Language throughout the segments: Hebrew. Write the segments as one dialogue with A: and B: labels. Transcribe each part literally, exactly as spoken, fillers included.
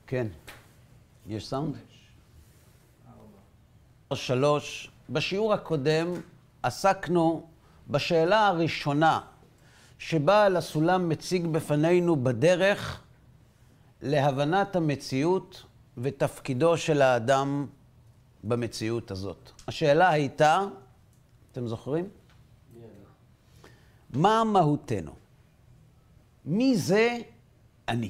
A: כן. יש סאונד? שלוש. בשיעור הקודם עסקנו בשאלה הראשונה שבעל הסולם מציג בפנינו בדרך להבנת המציאות ותפקידו של האדם במציאות הזאת. השאלה הייתה, אתם זוכרים? מה מהותנו? מי זה אני?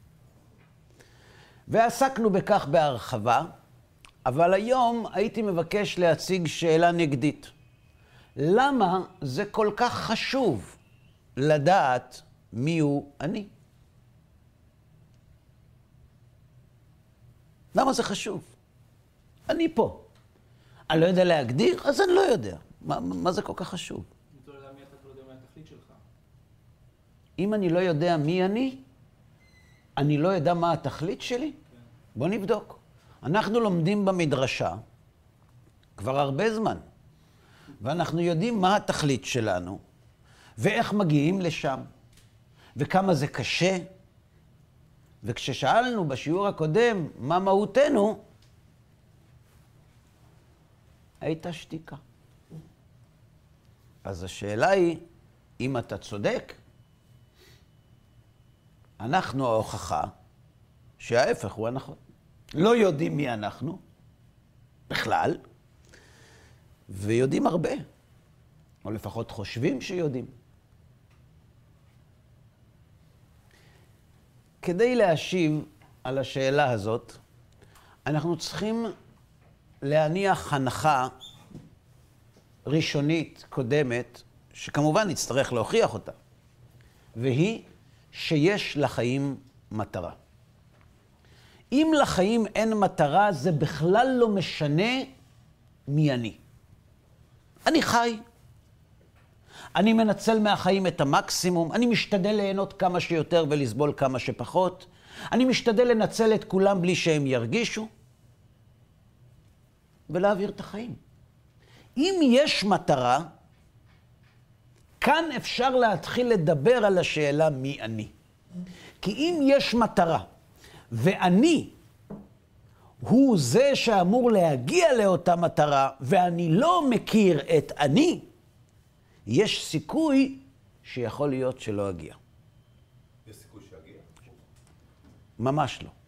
A: ועסקנו בכך בהרחבה, אבל היום הייתי מבקש להציג שאלה נגדית. למה זה כל כך חשוב לדעת מיהו אני? למה זה חשוב? אני פה. אני לא יודע להגדיר, אז אני לא יודע. מה, מה זה כל כך חשוב?
B: אם אתה לא יודע מי אתה, אתה לא יודע מה התכלית שלך.
A: אם אני לא יודע מי אני, אני לא יודע מה התכלית שלי? כן. בוא נבדוק. אנחנו לומדים במדרשה כבר הרבה זמן, ואנחנו יודעים מה התכלית שלנו, ואיך מגיעים לשם, וכמה זה קשה. וכששאלנו בשיעור הקודם מה מהותנו, הייתה שתיקה. אז השאלה היא, אם אתה צודק, אנחנו ההוכחה שההפך הוא הנכון. לא יודעים מי אנחנו, בכלל, ויודעים הרבה, או לפחות חושבים שיודעים. כדי להשיב על השאלה הזאת, אנחנו צריכים להניח הנחה ראשונית, קודמת, שכמובן נצטרך להוכיח אותה, והיא שיש לחיים מטרה. אם לחיים אין מטרה, זה בכלל לא משנה מי אני. אני חי. אני מנצל מהחיים את המקסימום, אני משתדל ליהנות כמה שיותר ולסבול כמה שפחות, אני משתדל לנצל את כולם בלי שהם ירגישו, ולהעביר את החיים. אם יש מטרה, כאן אפשר להתחיל לדבר על השאלה מי אני. כי אם יש מטרה, ואני הוא זה שאמור להגיע לאותה מטרה, ואני לא מכיר את אני, יש סיכוי שיכול להיות שלא אגיע.
C: יש סיכוי שיגיע?
A: ממש לא.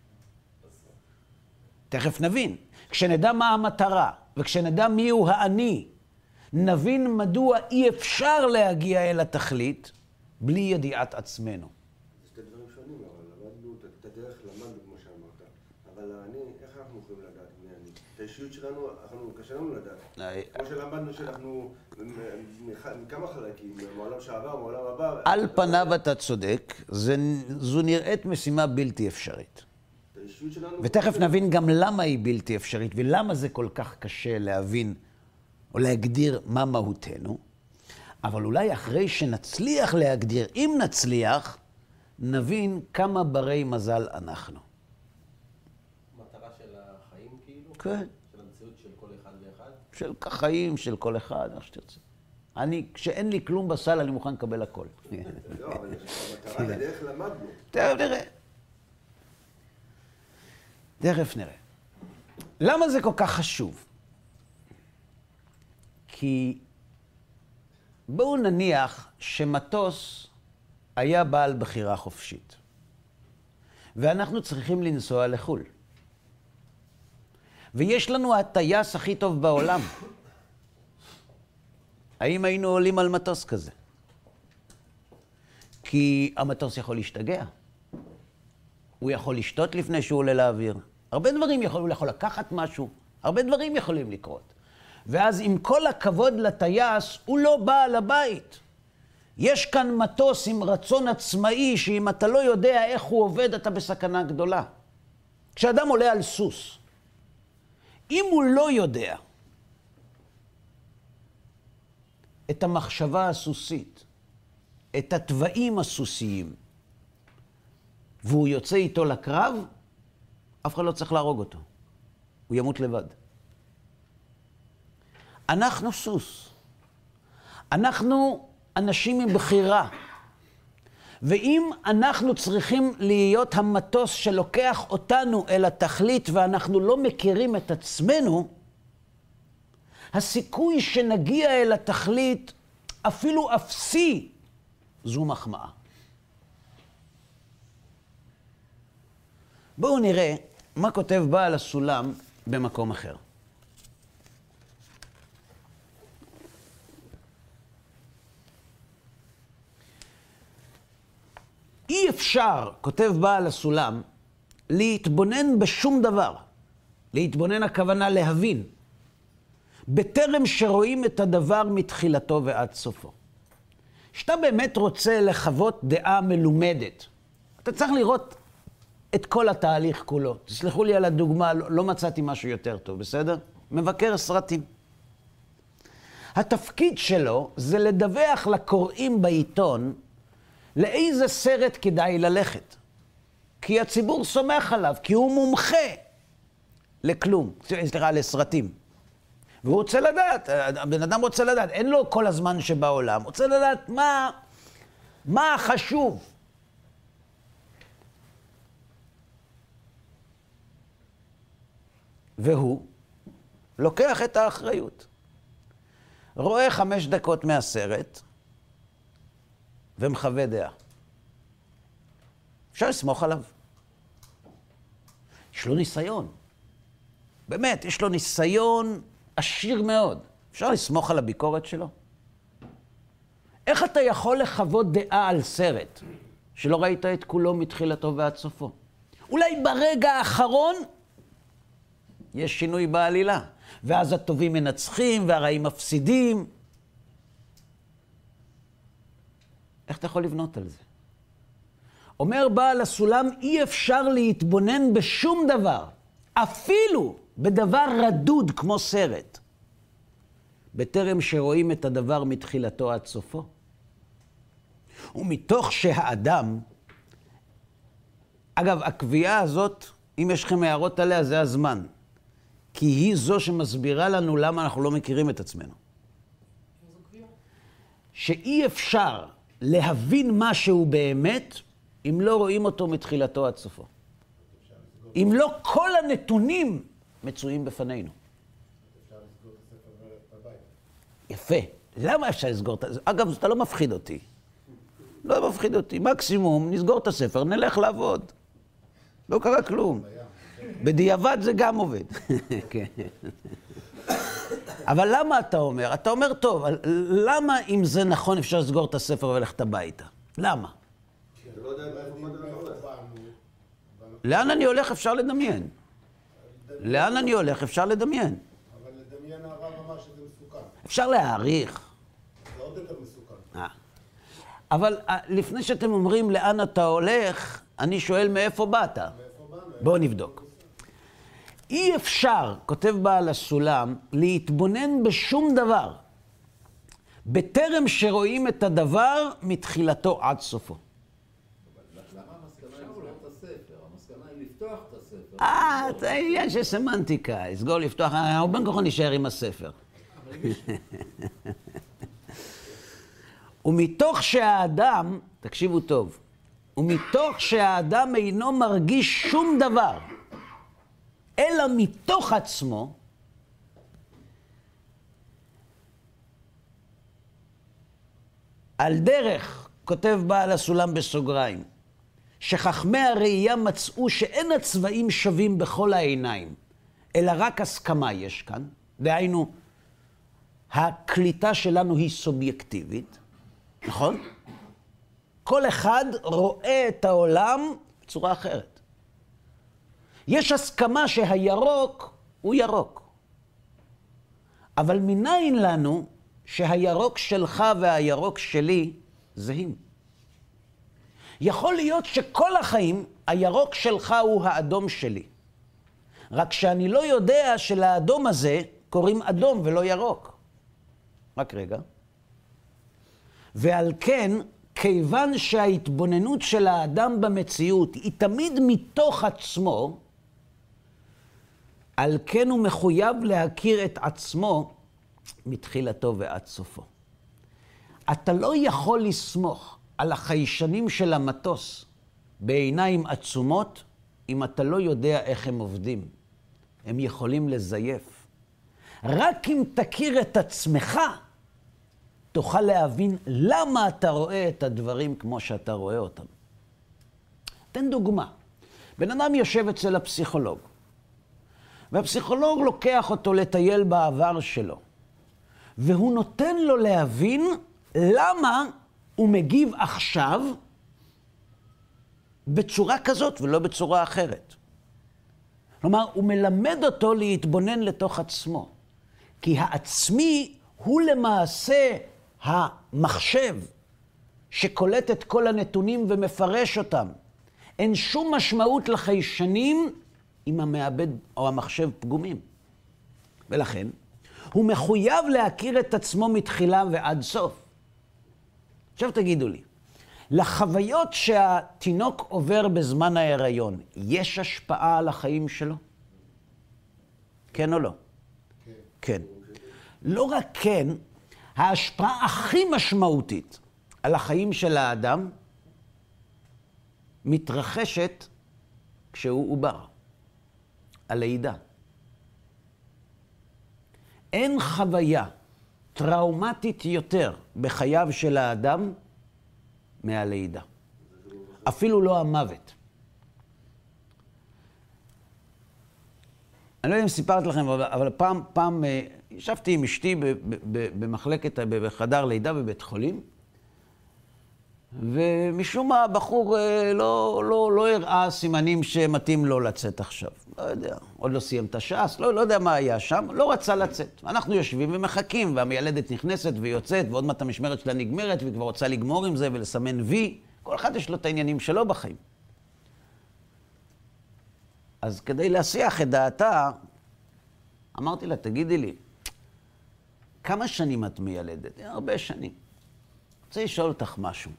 A: תכף נבין. כשנדע מה המטרה, וכשנדע מיהו האני, נבין מדוע אי אפשר להגיע אל התכלית בלי ידיעת עצמנו.
C: זה שתי דברים שונים, אבל למדנו את הדרך, למדנו כמו שאמרת. אבל אני, איך אנחנו יכולים לדעת מי אני? את האישיות שלנו, אנחנו קשה לנו לדעת. כמו שלמדנו שאנחנו מכמה חלקים, מעולם שעבר, מעולם הבא.
A: על פניו אתה צודק, זו נראית משימה בלתי אפשרית. ותכף נבין גם למה היא בלתי אפשרית, ולמה זה כל כך קשה להבין או להגדיר מה מהותנו. אבל אולי אחרי שנצליח להגדיר, אם נצליח, נבין כמה ברי מזל אנחנו.
D: מטרה של החיים כאילו?
A: כן.
D: של המציאות של כל אחד ואחד?
A: של החיים, של כל אחד, איך שתרצה. אני, כשאין לי כלום בסל, אני מוכן לקבל הכל.
C: לא, אבל המטרה לדרך למדנו.
A: תכף נראה. תכף נראה. למה זה כל כך חשוב? כי בואו נניח שמטוס היה בעל בחירה חופשית, ואנחנו צריכים לנסוע לחו"ל. ויש לנו הטייס הכי טוב בעולם. האם היינו עולים על מטוס כזה? כי המטוס יכול להשתגע. הוא יכול לשתות לפני שהוא עולה לאוויר. הרבה דברים יכולים, הוא יכול לקחת משהו. הרבה דברים יכולים לקרות. ואז עם כל הכבוד לטייס, הוא לא בעל הבית. יש כאן מטוס עם רצון עצמאי, שאם אתה לא יודע איך הוא עובד, אתה בסכנה גדולה. כשאדם עולה על סוס, אם הוא לא יודע את המחשבה הסוסית, את הטבעים הסוסיים, והוא יוצא איתו לקרב, אף אחד לא צריך להרוג אותו. הוא ימות לבד. אנחנו סוס. אנחנו אנשים עם בחירה. ואם אנחנו צריכים להיות המטוס שלוקח אותנו אל התכלית ואנחנו לא מכירים את עצמנו, הסיכוי שנגיע אל התכלית אפילו אפסי, זו מחמאה. בואו נראה מה כותב בעל הסולם במקום אחר. אי אפשר, כותב בעל הסולם, להתבונן בשום דבר. להתבונן הכוונה להבין. בטרם שרואים את הדבר מתחילתו ועד סופו. שאתה באמת רוצה לחוות דעה מלומדת, אתה צריך לראות את כל התהליך כולו. תסלחו לי על הדוגמה, לא, לא מצאתי משהו יותר טוב, בסדר? מבקר סרטים. התפקיד שלו זה לדווח לקוראים בעיתון לאיזה סרט כדאי ללכת. כי הציבור סומך עליו, כי הוא מומחה לכלום, סליחה, לסרטים. והוא רוצה לדעת, הבן אדם רוצה לדעת, אין לו כל הזמן שבעולם, הוא רוצה לדעת מה, מה חשוב. והוא לוקח את האחריות. רואה חמש דקות מהסרט ומחווה דעה. אפשר לסמוך עליו. יש לו ניסיון. באמת, יש לו ניסיון עשיר מאוד. אפשר לסמוך על הביקורת שלו? איך אתה יכול לחוות דעה על סרט שלא ראית את כולו מתחילתו ועד סופו? אולי ברגע האחרון יש שינוי בעלילה, ואז הטובים מנצחים והרעים מפסידים. איך אתה יכול לבנות על זה? אומר בעל הסולם, אי אפשר להתבונן בשום דבר, אפילו בדבר רדוד כמו סרט, בטרם שרואים את הדבר מתחילתו עד סופו. ומתוך שהאדם, אגב, הקביעה הזאת, אם יש לכם הערות עליה, זה הזמן. כי היא זו שמסבירה לנו למה אנחנו לא מכירים את עצמנו. שאי אפשר להבין משהו באמת, אם לא רואים אותו מתחילתו עד סופו. אם לא כל הנתונים מצויים בפנינו.
E: אפשר לסגור את הספר וללכת הביתה.
A: יפה. למה אפשר לסגור את הספר? אגב, אתה לא מפחיד אותי. לא מפחיד אותי. מקסימום, נסגור את הספר, נלך לעבוד. לא קרה כלום. בדיעבד זה גם עובד. אבל למה אתה אומר? אתה אומר, טוב, למה אם זה נכון אפשר לסגור את הספר וללכת הביתה? למה?
C: אתה לא יודע איפה מה אתה הולך.
A: לאן אני הולך אפשר לדמיין. לאן אני הולך אפשר לדמיין.
E: אבל לדמיין הרב אמר שזה מסוכן.
A: אפשר להעריך.
E: זה עוד יותר מסוכן.
A: אה. אבל לפני שאתם אומרים לאן אתה הולך, אני שואל מאיפה באת.
E: מאיפה באנו?
A: בואו נבדוק. אי אפשר, כותב בעל הסולם, להתבונן בשום דבר, בטרם שרואים את הדבר מתחילתו עד סופו.
F: למה המסקנה היא לסגור את הספר? המסקנה היא לפתוח את הספר.
A: אה, זה עניין של סמנטיקה, לסגור, לפתוח, הוא בין כוחו נשאר עם הספר. ומתוך שהאדם, תקשיבו טוב, ומתוך שהאדם אינו מרגיש שום דבר, אלא מתוך עצמו, על דרך, כותב בעל הסולם בסוגריים, שחכמי הראייה מצאו שאין הצבעים שווים בכל העיניים, אלא רק הסכמה יש כאן. דהיינו, הקליטה שלנו היא סובייקטיבית, נכון? כל אחד רואה את העולם בצורה אחרת. יש הסכמה שהירוק הוא ירוק. אבל מניין לנו שהירוק שלך והירוק שלי זהים? יכול להיות שכל החיים הירוק שלך הוא האדום שלי. רק שאני לא יודע שלאדום הזה קוראים אדום ולא ירוק. רק רגע. ועל כן, כיוון שההתבוננות של האדם במציאות היא תמיד מתוך עצמו, על כן הוא מחויב להכיר את עצמו מתחילתו ועד סופו. אתה לא יכול לסמוך על החיישנים של המטוס בעיניים עצומות, אם אתה לא יודע איך הם עובדים. הם יכולים לזייף. רק אם תכיר את עצמך, תוכל להבין למה אתה רואה את הדברים כמו שאתה רואה אותם. תן דוגמה. בן אדם יושב אצל הפסיכולוג, והפסיכולוג לוקח אותו לטייל בעבר שלו, והוא נותן לו להבין למה הוא מגיב עכשיו בצורה כזאת ולא בצורה אחרת. כלומר, הוא מלמד אותו להתבונן לתוך עצמו. כי העצמי הוא למעשה המחשב שקולט את כל הנתונים ומפרש אותם. אין שום משמעות לחיישנים אם המעבד או המחשב פגומים. ולכן, הוא מחויב להכיר את עצמו מתחילה ועד סוף. עכשיו תגידו לי, לחוויות שהתינוק עובר בזמן ההיריון, יש השפעה על החיים שלו? כן או לא? כן. כן. לא רק כן, ההשפעה הכי משמעותית על החיים של האדם מתרחשת כשהוא עובר, הלידה. אין חוויה טראומטית יותר בחייו של האדם מהלידה. אפילו לא המוות. אני לא יודע אם סיפרתי לכם, אבל פעם, פעם ישבתי עם אשתי במחלקת, בחדר לידה בבית חולים, ומשום מה הבחור לא, לא, לא הראה סימנים שמתאים לו לצאת עכשיו. לא יודע, עוד לא סיים את הש"ס, לא, לא יודע מה היה שם, לא רצה לצאת. אנחנו יושבים ומחכים, והמיילדת נכנסת ויוצאת, ועוד מעט המשמרת שלה נגמרת, והיא כבר רוצה לגמור עם זה ולסמן וי. כל אחד יש לו את העניינים שלו בחיים. אז כדי להסיח את דעתה, אמרתי לה, תגידי לי, כמה שנים את מיילדת? הרבה שנים. רוצה לשאול אותך משהו.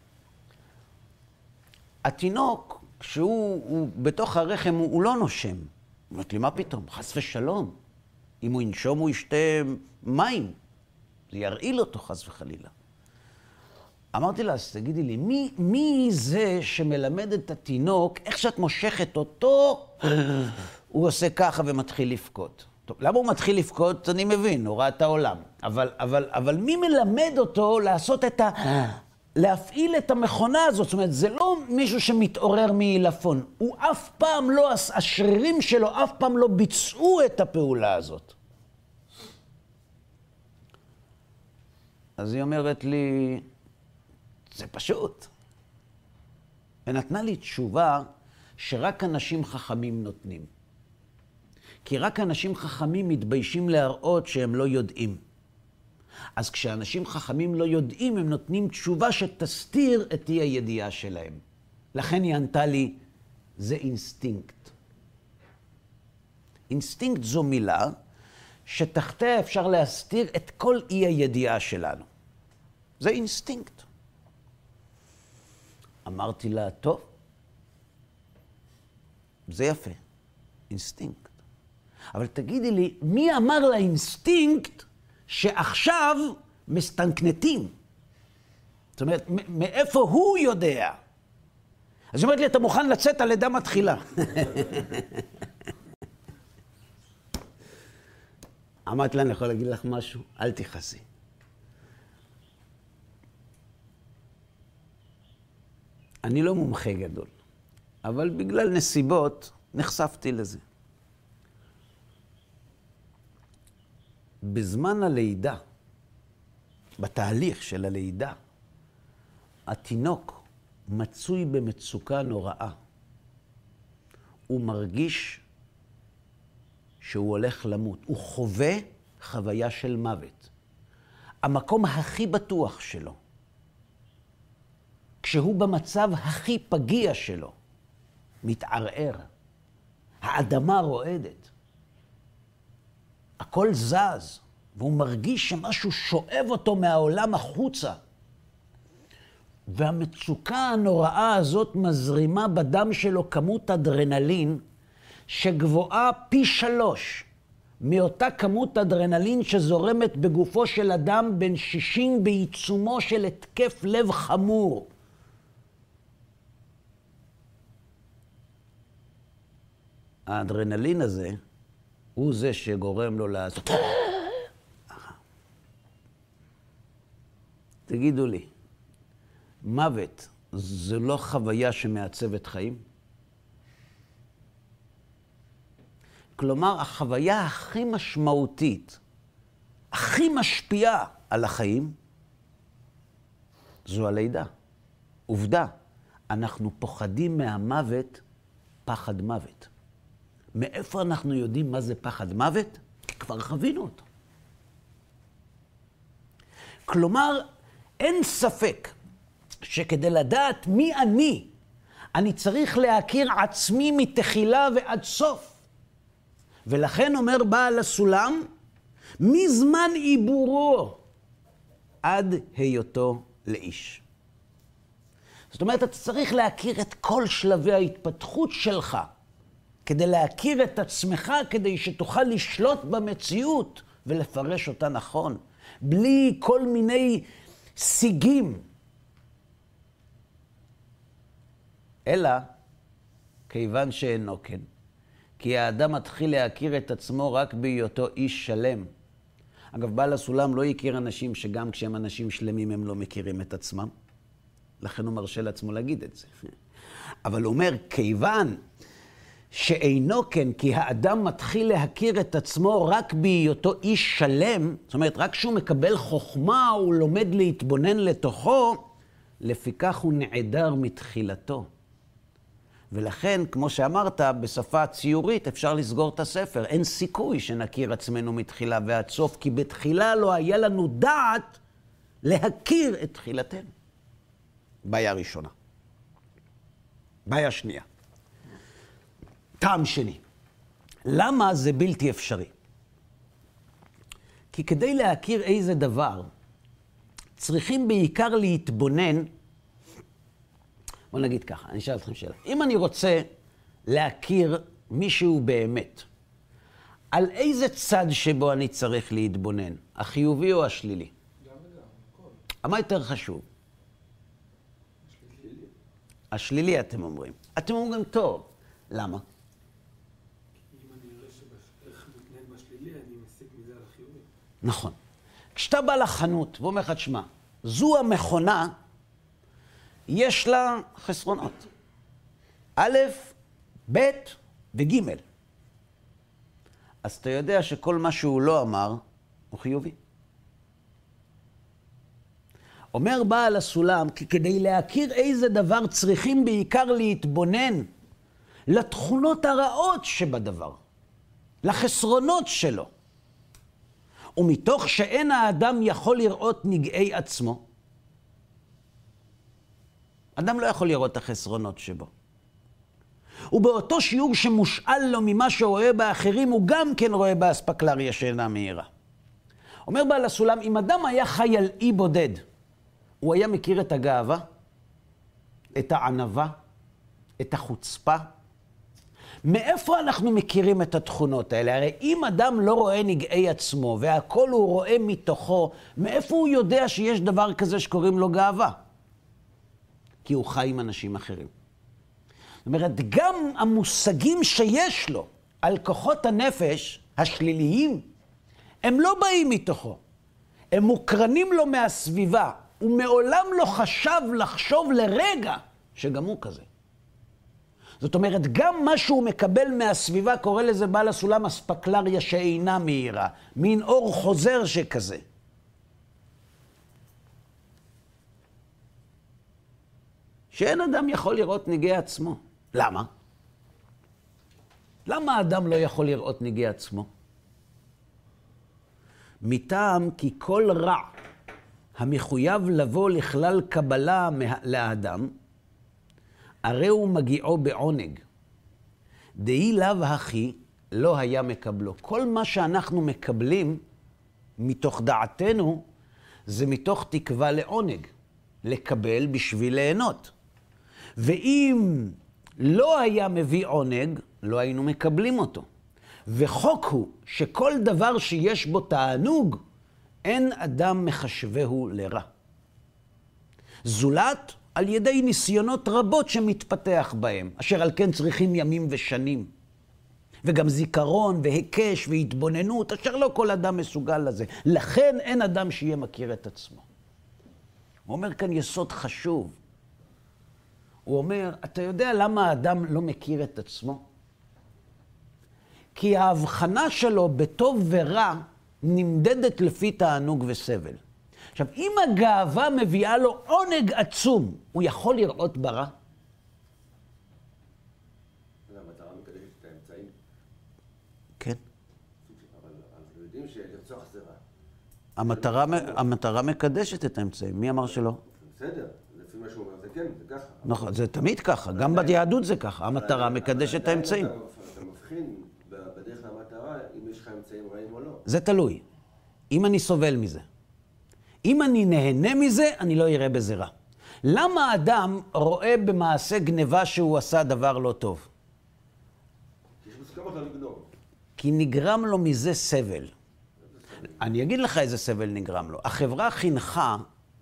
A: התינוק, כשהוא הוא, בתוך הרחם, הוא, הוא לא נושם. אומרת לי, מה פתאום? חס ושלום. אם הוא ינשום, הוא ישתה מים. זה ירעיל אותו, חס וחלילה. אמרתי לה, אז תגידי לי, מי, מי זה שמלמד את התינוק, איך שאת מושכת אותו, הוא עושה ככה ומתחיל לבכות. טוב, למה הוא מתחיל לבכות? אני מבין, הוא ראה את העולם. אבל, אבל, אבל מי מלמד אותו לעשות את ה... להפעיל את המכונה הזאת? זאת אומרת, זה לא מישהו שמתעורר מעילפון. הוא אף פעם לא, השרירים שלו אף פעם לא ביצעו את הפעולה הזאת. אז היא אומרת לי, זה פשוט. ונתנה לי תשובה שרק אנשים חכמים נותנים. כי רק אנשים חכמים מתביישים להראות שהם לא יודעים. אז כשאנשים חכמים לא יודעים, הם נותנים תשובה שתסתיר את אי הידיעה שלהם. לכן היא ענתה לי, זה אינסטינקט. אינסטינקט זו מילה שתחתיה אפשר להסתיר את כל אי הידיעה שלנו. זה אינסטינקט. אמרתי לה, טוב, זה יפה, אינסטינקט. אבל תגידי לי, מי אמר לאינסטינקט שעכשיו מסתנקנטים? זאת אומרת, מאיפה הוא יודע? אז היא אומרת לי, אתה מוכן לצאת, הלידה מתחילה. אמרתי לה, אני יכול להגיד לך משהו? אל תכעסי. אני לא מומחה גדול, אבל בגלל נסיבות נחשפתי לזה. בזמן הלידה, בתהליך של הלידה, התינוק מצוי במצוקה נוראה. הוא מרגיש שהוא הולך למות. הוא חווה חוויה של מוות. המקום הכי בטוח שלו, כשהוא במצב הכי פגיע שלו, מתערער. האדמה רועדת. הכל זז, והוא מרגיש שמשהו שואב אותו מהעולם החוצה. והמצוקה הנוראה הזאת מזרימה בדם שלו כמות אדרנלין שגבוהה פי שלוש מאותה כמות אדרנלין שזורמת בגופו של אדם בן שישים בעיצומו של התקף לב חמור. האדרנלין הזה הוא זה שגורם לו לעשות... תגידו לי, מוות זו לא חוויה שמעצבת חיים? כלומר, החוויה הכי משמעותית, הכי משפיעה על החיים, זו הלידה. עובדה, אנחנו פוחדים מהמוות, פחד מוות. מאיפה אנחנו יודעים מה זה פחד מוות? כי כבר חווינו אותו. כלומר, אין ספק שכדי לדעת מי אני, אני צריך להכיר עצמי מתחילה ועד סוף. ולכן אומר בעל הסולם, מזמן עיבורו עד היותו לאיש. זאת אומרת, אתה צריך להכיר את כל שלבי ההתפתחות שלך, כדי להכיר את עצמך, כדי שתוכל לשלוט במציאות ולפרש אותה נכון, בלי כל מיני סיגים. אלא, כיוון שאינו כן, כי האדם מתחיל להכיר את עצמו רק בהיותו איש שלם. אגב, בעל הסולם לא הכיר אנשים שגם כשהם אנשים שלמים הם לא מכירים את עצמם. לכן הוא מרשה לעצמו להגיד את זה. אבל הוא אומר, כיוון שאינו כן, כי האדם מתחיל להכיר את עצמו רק בהיותו איש שלם, זאת אומרת, רק כשהוא מקבל חוכמה, הוא לומד להתבונן לתוכו, לפיכך הוא נעדר מתחילתו. ולכן, כמו שאמרת, בשפה ציורית אפשר לסגור את הספר. אין סיכוי שנכיר עצמנו מתחילה ועד סוף, כי בתחילה לא היה לנו דעת להכיר את תחילתנו. בעיה ראשונה. בעיה שנייה. טעם שני. למה זה בלתי אפשרי? כי כדי להכיר איזה דבר, צריכים בעיקר להתבונן. בוא נגיד ככה, אני אשאל אתכם שאלה. אם אני רוצה להכיר מישהו באמת, על איזה צד שבו אני צריך להתבונן? החיובי או השלילי?
B: גם וגם, הכל.
A: מה יותר חשוב?
B: השלילי.
A: השלילי אתם אומרים. אתם אומרים טוב. למה?
B: אם אני אראה איך מתנהג בשלילי, אני מסיק מזה על החיובי.
A: נכון. כשאתה בא לחנות ואומר לך, תשמע, זו המכונה, יש לה חסרונות. א', ב' וג'. אז אתה יודע שכל מה שהוא לא אמר הוא חיובי. אומר בעל הסולם, כי כדי להכיר איזה דבר צריכים בעיקר להתבונן לתכונות הרעות שבדבר, לחסרונות שלו. ומתוך שאין האדם יכול לראות נגעי עצמו, אדם לא יכול לראות את החסרונות שבו. ובאותו שיעור שמושאל לו ממה שרואה באחרים, הוא גם כן רואה באספקלריה שאינה מהירה. אומר בעל הסולם, אם אדם היה חי על אי בודד, הוא היה מכיר את הגאווה, את הענווה, את החוצפה. מאיפה אנחנו מכירים את התכונות האלה? הרי אם אדם לא רואה נגעי עצמו, והכל הוא רואה מתוכו, מאיפה הוא יודע שיש דבר כזה שקוראים לו גאווה? כי הוא חי עם אנשים אחרים. זאת אומרת, גם המושגים שיש לו על כוחות הנפש השליליים, הם לא באים מתוכו. הם מוקרנים לו מהסביבה. הוא מעולם לא חשב לחשוב לרגע שגם הוא כזה. זאת אומרת, גם מה שהוא מקבל מהסביבה, קורא לזה בעל הסולם אספקלריה שאינה מהירה, מין אור חוזר שכזה. שאין אדם יכול לראות נגעי עצמו. למה? למה האדם לא יכול לראות נגעי עצמו? מטעם כי כל רע המחויב לבוא לכלל קבלה לאדם, הרי הוא מגיעו בעונג. דהי לאו הכי לא היה מקבלו. כל מה שאנחנו מקבלים מתוך דעתנו, זה מתוך תקווה לעונג. לקבל בשביל ליהנות. ואם לא היה מביא עונג, לא היינו מקבלים אותו. וחוק הוא שכל דבר שיש בו תענוג, אין אדם מחשבהו לרע. זולת על ידי ניסיונות רבות שמתפתח בהם, אשר על כן צריכים ימים ושנים. וגם זיכרון והיקש והתבוננות, אשר לא כל אדם מסוגל לזה. לכן אין אדם שיהיה מכיר את עצמו. הוא אומר כאן יסוד חשוב. הוא אומר, אתה יודע למה האדם לא מכיר את עצמו? כי ההבחנה שלו בטוב ורע נמדדת לפי תענוג וסבל. עכשיו, אם הגאווה מביאה לו עונג עצום, הוא יכול לראות ברע?
C: המטרה מקדשת את האמצעים.
A: כן.
C: אבל אנחנו יודעים שלרצוח זה רע.
A: המטרה, המטרה מקדשת את האמצעים. מי אמר שלא?
C: בסדר, לפי מה שהוא אומר, זה כן, זה ככה.
A: נכון, זה תמיד ככה. גם ביהדות זה ככה. המטרה מקדשת את האמצעים.
C: אתה מבחין בדרך למטרה אם יש לך אמצעים רעים או לא.
A: זה תלוי. אם אני סובל מזה. אם אני נהנה מזה, אני לא אראה בזה רע. למה אדם רואה במעשה גניבה שהוא עשה דבר לא טוב?
C: יש מוסכמות לא לגנוב.
A: כי נגרם לו מזה סבל. אני אגיד לך איזה סבל נגרם לו. החברה חינכה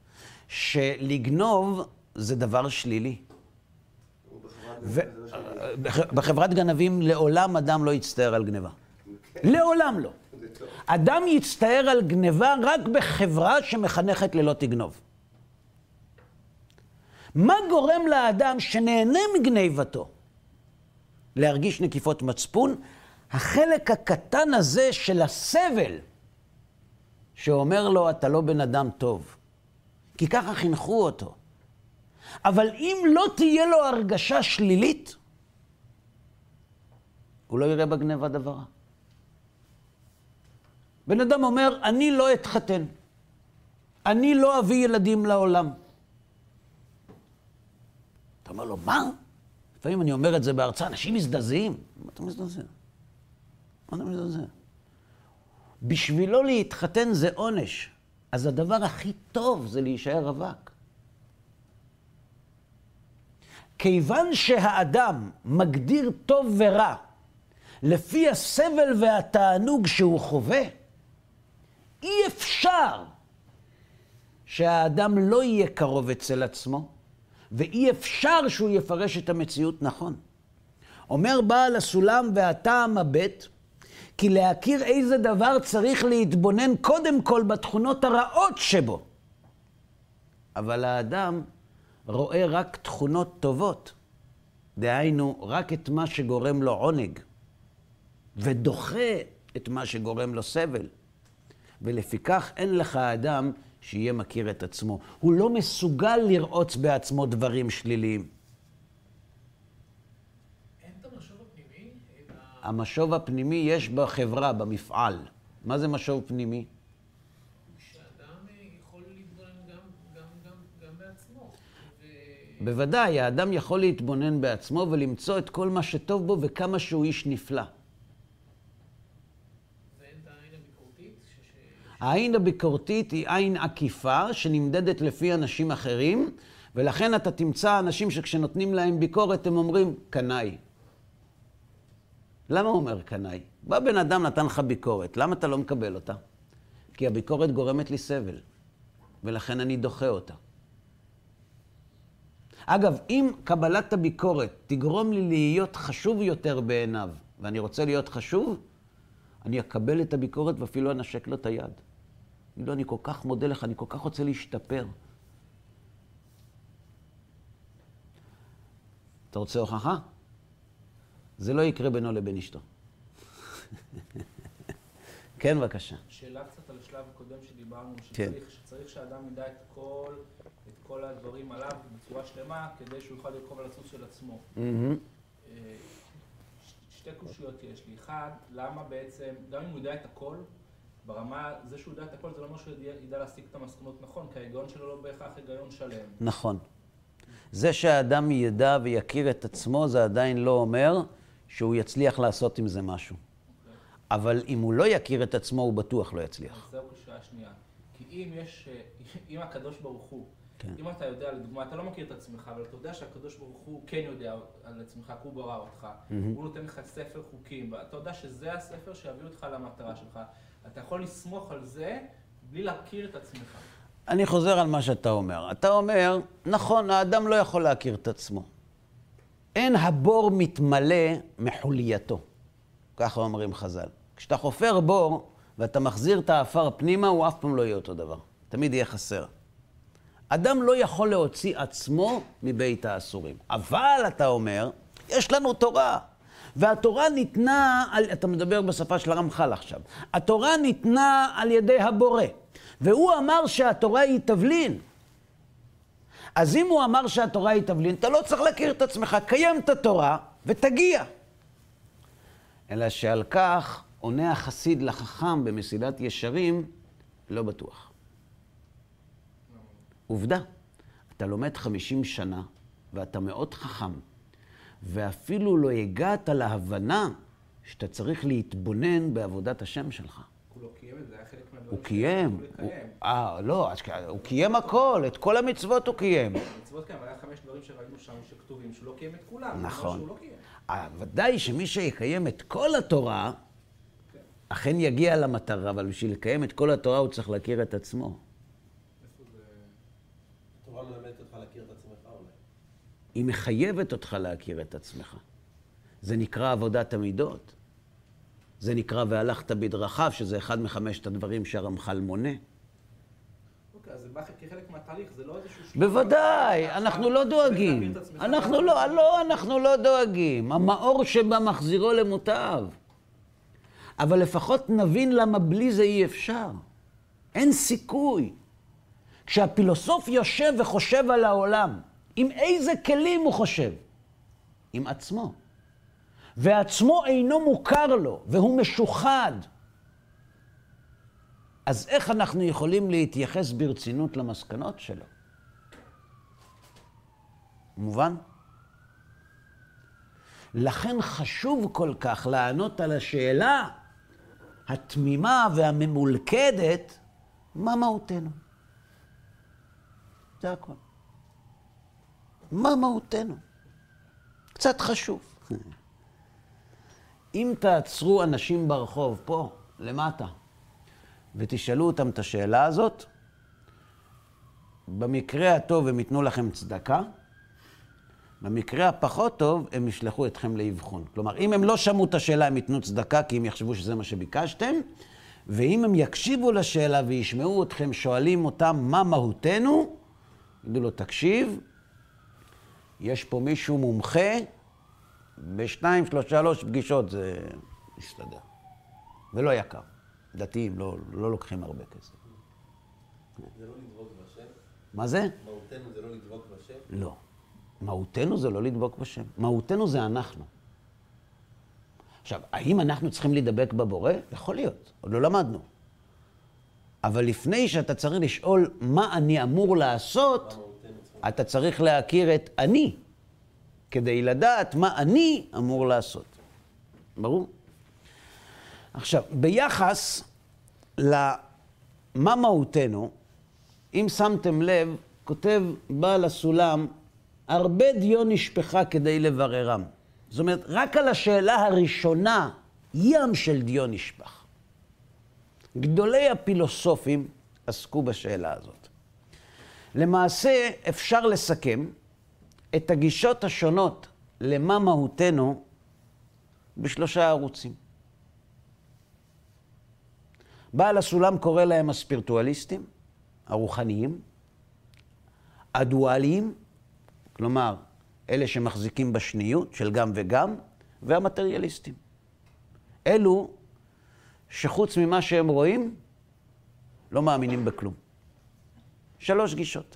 A: שלגנוב זה דבר שלילי. בחברת גנבים לעולם אדם לא יצטער על גניבה. לעולם לא. אדם יצטער על גניבה רק בחברה שמחנכת ללא תגנוב. מה גורם לאדם שנהנה מגניבתו להרגיש נקיפות מצפון? החלק הקטן הזה של הסבל שאומר לו אתה לא בן אדם טוב. כי ככה חינכו אותו. אבל אם לא תהיה לו הרגשה שלילית, הוא לא יראה בגניבה דבר רע. בן אדם אומר, אני לא אתחתן. אני לא אביא ילדים לעולם. אתה אומר לו, מה? לפעמים אני אומר את זה בהרצאה, אנשים מזדזעים. מה אתה מזדזע? מה אתה מזדזע? בשבילו להתחתן זה עונש. אז הדבר הכי טוב זה להישאר רווק. כיוון שהאדם מגדיר טוב ורע לפי הסבל והתענוג שהוא חווה, אי אפשר שהאדם לא יהיה קרוב אצל עצמו, ואי אפשר שהוא יפרש את המציאות נכון. אומר בעל הסולם והטעם הבט, כי להכיר איזה דבר צריך להתבונן קודם כל בתכונות הרעות שבו. אבל האדם רואה רק תכונות טובות, דהיינו רק את מה שגורם לו עונג, ודוחה את מה שגורם לו סבל. ולפיכך אין לך האדם שיהיה מכיר את עצמו. הוא לא מסוגל לראות בעצמו דברים שליליים.
B: אין את המשוב הפנימי?
A: המשוב הפנימי יש בחברה, במפעל. מה זה משוב פנימי?
B: שאדם יכול להתבונן גם, גם, גם, גם בעצמו. ו...
A: בוודאי, האדם יכול להתבונן בעצמו ולמצוא את כל מה שטוב בו וכמה שהוא איש נפלא.
B: ואין את העין הביקורתית? ש... ש...
A: העין הביקורתית היא עין עקיפה שנמדדת לפי אנשים אחרים, ולכן אתה תמצא אנשים שכשנותנים להם ביקורת הם אומרים, קנאי. למה הוא אומר קנאי? בא בן אדם נתן לך ביקורת, למה אתה לא מקבל אותה? כי הביקורת גורמת לי סבל, ולכן אני דוחה אותה. אגב, אם קבלת הביקורת תגרום לי להיות חשוב יותר בעיניו, ואני רוצה להיות חשוב, אני אקבל את הביקורת ואפילו אנשק לו את היד. לא, אני כל כך מודה לך, אני כל כך רוצה להשתפר. אתה רוצה הוכחה? זה לא יקרה בינו לבין אשתו. כן, בבקשה.
G: שאלה קצת על השלב הקודם שדיברנו,
A: כן.
G: שצריך, שצריך שאדם ידע את כל, את כל הדברים עליו בצורה שלמה, כדי שהוא יוכל לרכוב על הסוס של עצמו.
A: Mm-hmm.
G: ש- שתי קושיות יש לי. אחד, למה בעצם, גם אם הוא ידע את הכל, ברמה, זה שהוא ידע את הכל, זה לא אומר שהוא ידע, ידע להסיק את המסקנות נכון, כי ההיגיון שלו לא בהכרח היגיון שלם.
A: נכון. זה שהאדם ידע ויכיר את עצמו, זה עדיין לא אומר שהוא יצליח לעשות עם זה משהו.
G: Okay.
A: אבל אם הוא לא יכיר את עצמו, הוא בטוח לא יצליח.
G: אז זהו קושיה השנייה. כי אם יש, אם הקדוש ברוך הוא,
A: כן.
G: אם אתה יודע, לדוגמה, אתה לא מכיר את עצמך, אבל אתה יודע שהקדוש ברוך הוא כן יודע על עצמך, כי הוא ברא אותך. Mm-hmm. הוא נותן לך ספר חוקים, ואתה יודע שזה הספר שיביא אותך למטרה שלך. אתה יכול לסמוך על זה בלי להכיר את עצמך.
A: אני חוזר על מה שאתה אומר. אתה אומר, נכון, האדם לא יכול להכיר את עצמו. אין הבור מתמלא מחולייתו. ככה אומרים חז"ל. כשאתה חופר בור ואתה מחזיר את האפר פנימה, הוא אף פעם לא יהיה אותו דבר. תמיד יהיה חסר. אדם לא יכול להוציא עצמו מבית האסורים. אבל אתה אומר, יש לנו תורה. והתורה ניתנה, על, אתה מדבר בשפה של הרמח"ל עכשיו, התורה ניתנה על ידי הבורא. והוא אמר שהתורה היא תבלין. אז אם הוא אמר שהתורה היא תבלין, אתה לא צריך להכיר את עצמך, קיים את התורה ותגיע. אלא שעל כך עונה החסיד לחכם במסילת ישרים, לא בטוח. עובדה, אתה לומד חמישים שנה ואתה מאוד חכם, ואפילו לא הגעת להבנה שאתה צריך להתבונן בעבודת השם שלך.
G: הוא לא קיים את זה, היה חלק מהדברים
A: הוא קיים.
G: שהוא לקיים.
A: אה, לא, הוא קיים הכל, את כל המצוות הוא קיים.
G: המצוות קיים, אבל היה חמש דברים שראינו שם שכתובים שהוא לא קיים את כולם.
A: נכון.
G: שהוא לא קיים.
A: אה, ודאי שמי שיקיים את כל התורה, אכן יגיע למטרה, אבל בשביל לקיים את כל התורה הוא צריך להכיר את עצמו.
D: התורה מלמדת אותך להכיר את עצמך אולי.
A: היא מחייבת אותך להכיר את עצמך. זה נקרא עבודת המידות. זה נקרא והלכת בדרכיו, שזה אחד מחמשת הדברים שהרמח"ל מונה.
G: אוקיי, אז זה בא כחלק מהתהליך, זה לא איזשהו...
A: בוודאי, אנחנו לא דואגים. אנחנו לא, לא, אנחנו לא דואגים. המאור שבה מחזירו למוטב. אבל לפחות נבין למה בלי זה אי אפשר. אין סיכוי. כשהפילוסוף יושב וחושב על העולם, עם איזה כלים הוא חושב? עם עצמו. ועצמו אינו מוכר לו, והוא משוחד. אז איך אנחנו יכולים להתייחס ברצינות למסקנות שלו? מובן? לכן חשוב כל כך לענות על השאלה התמימה והממולכדת, מה מהותנו? זה הכל. מה מהותנו? קצת חשוב. אם תעצרו אנשים ברחוב, פה, למטה, ותשאלו אותם את השאלה הזאת, במקרה הטוב הם ייתנו לכם צדקה, במקרה הפחות טוב הם ישלחו אתכם לאבחון. כלומר, אם הם לא שמעו את השאלה, הם ייתנו צדקה, כי הם יחשבו שזה מה שביקשתם, ואם הם יקשיבו לשאלה וישמעו אתכם, שואלים אותם מה מהותנו, ידעו לו, תקשיב, יש פה מישהו מומחה, בשתיים, שלושה, שלוש פגישות זה יסתדר. ולא יקר. דתיים לא, לא לוקחים הרבה כסף.
D: זה לא לדבוק בשם?
A: מה זה?
D: מהותנו זה לא לדבוק בשם?
A: לא. מהותנו זה לא לדבוק בשם. מהותנו זה אנחנו. עכשיו, האם אנחנו צריכים לדבק בבורא? יכול להיות. עוד לא למדנו. אבל לפני שאתה צריך לשאול מה אני אמור לעשות, אתה צריך להכיר את אני, כדי לדעת מה אני אמור לעשות. ברור? עכשיו, ביחס למה מהותנו, אם שמתם לב, כותב בעל הסולם, הרבה דיו נשפחה כדי לבררם. זאת אומרת, רק על השאלה הראשונה, ים של דיו נשפח. גדולי הפילוסופים עסקו בשאלה הזאת. למעשה, אפשר לסכם את הגישות השונות למה מהותנו בשלושה ערוצים. בעל הסולם קורא להם הספירטואליסטים, הרוחניים, הדואליים, כלומר, אלה שמחזיקים בשניות של גם וגם, והמטריאליסטים. אלו שחוץ ממה שהם רואים, לא מאמינים בכלום. שלוש גישות.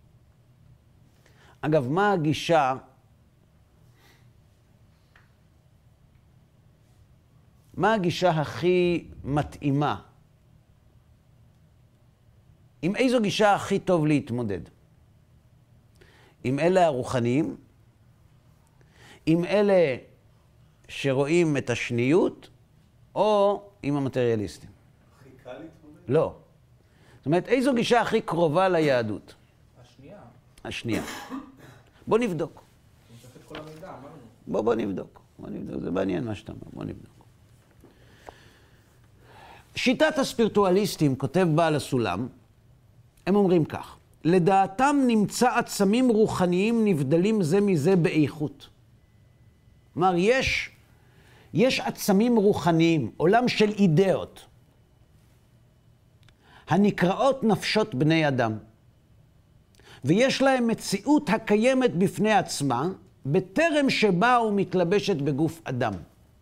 A: אגב, מה הגישה? מה הגישה הכי מתאימה? עם איזו גישה הכי טוב להתמודד? עם אלה הרוחניים? עם אלה שרואים את השניות? או עם המטריאליסטים?
D: הכי קל להתמודד?
A: לא. זאת אומרת, איזו גישה הכי קרובה ליהדות?
G: השנייה.
A: השנייה. בוא נבדוק.
G: אני צריך את כל המידע, אמרנו.
A: בוא, בוא נבדוק. בוא נבדוק. זה מעניין מה שאתה אומר. בוא נבדוק. שיטת הספירטואליסטים, כותב בעל הסולם, הם אומרים כך: לדעתם נמצא עצמים רוחניים נבדלים זה מזה באיכות. כלומר, יש, יש עצמים רוחניים, עולם של אידאות, הנקראות נפשות בני אדם, ויש להם מציאות הקיימת בפני עצמה, בטרם שבאה ומתלבשת בגוף אדם.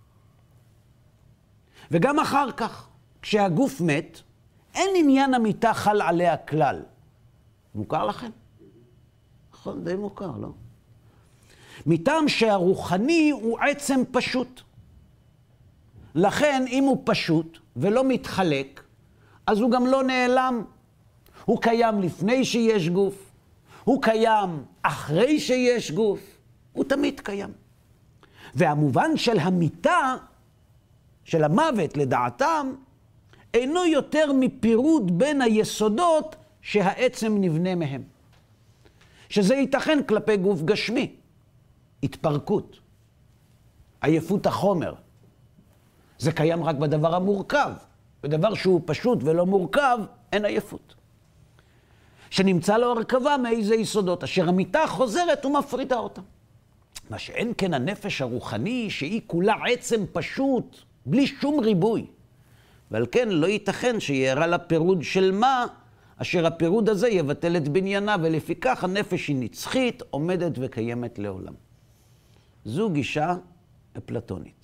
A: וגם אחר כך, כשהגוף מת, אין עניין המיטה חל עליה כלל. מוכר לכם? נכון, די מוכר, לא? מטעם שהרוחני הוא עצם פשוט. לכן, אם הוא פשוט ולא מתחלק, אז הוא גם לא נעלם. הוא קיים לפני שיש גוף, הוא קיים אחרי שיש גוף, הוא תמיד קיים. והמובן של המיטה, של המוות לדעתם, אינו יותר מפירוד בין היסודות שהעצם נבנה מהם. שזה ייתכן כלפי גוף גשמי, התפרקות, עייפות החומר. זה קיים רק בדבר המורכב. בדבר שהוא פשוט ולא מורכב, אין עייפות. שנמצא לו הרכבה מאיזה יסודות, אשר המיטה חוזרת ומפרידה אותם. מה שאין כן הנפש הרוחני, שהיא כולה עצם פשוט, בלי שום ריבוי. ועל כן לא ייתכן שיערה לה פירוד של מה, אשר הפירוד הזה יבטל את בניינה, ולפיכך הנפש היא נצחית, עומדת וקיימת לעולם. זו גישה אפלטונית.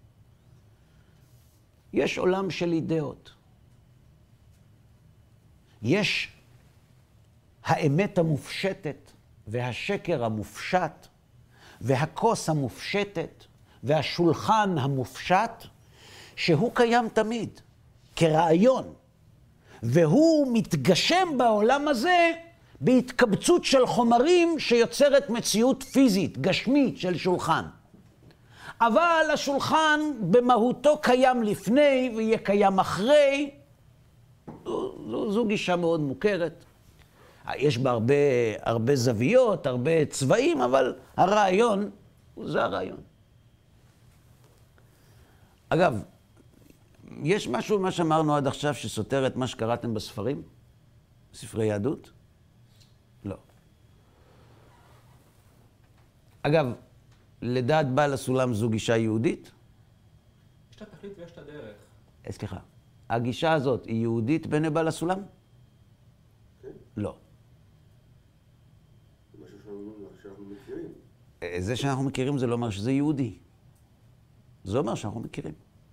A: יש עולם של אידאות. יש האמת המופשטת, והשקר המופשט, והכוס המופשטת, והשולחן המופשט, שהוא קיים תמיד, כרעיון. והוא מתגשם בעולם הזה בהתקבצות של חומרים שיוצרת מציאות פיזית, גשמית של שולחן. אבל השולחן במהותו קיים לפני ויהיה קיים אחרי. זו, זו, זו גישה מאוד מוכרת. יש בה הרבה, הרבה זוויות, הרבה צבעים, אבל הרעיון, זה הרעיון. אגב, יש משהו, מה שאמרנו עד עכשיו, שסותר את מה שקראתם בספרים? ספרי יהדות? לא. אגב, לדעת בעל הסולם זו גישה יהודית?
G: יש את התכלית ויש את הדרך.
A: סליחה, הגישה הזאת היא יהודית בין בעל הסולם?
C: כן.
A: לא.
C: זה משהו שאנחנו מכירים.
A: זה שאנחנו מכירים זה לא אומר שזה יהודי. זה אומר שאנחנו מכירים.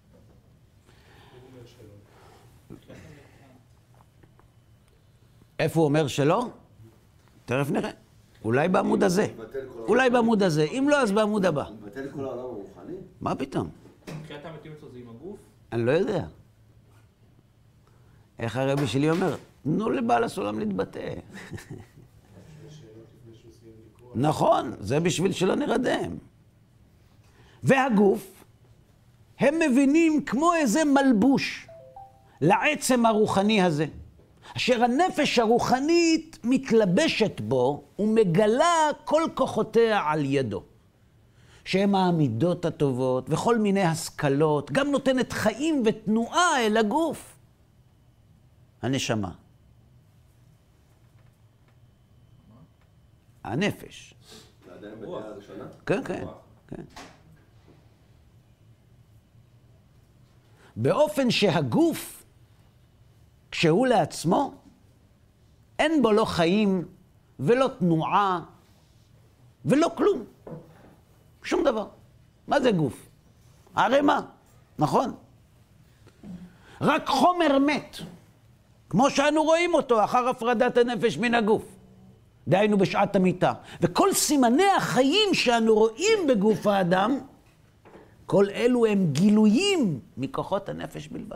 A: איפה הוא אומר שלא? תכף נראה. אולי בעמוד הזה. אולי בעמוד הזה. אם לא, אז בעמוד הבא.
C: מבטל כל העולם הרוחני?
A: מה פתאום?
G: תחיית המתים אצלו זה עם הגוף?
A: אני לא יודע. איך הרבי שלי אומר? תנו לבעל הסולם להתבטא. נכון, זה בשביל שלא נרדם. והגוף, הם מבינים כמו איזה מלבוש לעצם הרוחני הזה, אשר הנפש הרוחנית מתלבשת בו ומגלה כל כוחותיה על ידו, שהם העמידות הטובות וכל מיני השכלות, גם נותנת חיים ותנועה אל הגוף. הנשמה. הנפש.
C: זה עדיין בדעה הראשונה?
A: כן, כן, כן. באופן שהגוף, כשהוא לעצמו, אין בו לא חיים ולא תנועה ולא כלום. שום דבר. מה זה גוף? הרי מה? נכון? רק חומר מת, כמו שאנו רואים אותו אחר הפרדת הנפש מן הגוף. דהיינו בשעת המיטה. וכל סימני החיים שאנו רואים בגוף האדם, כל אלו הם גילויים מכוחות הנפש בלבד.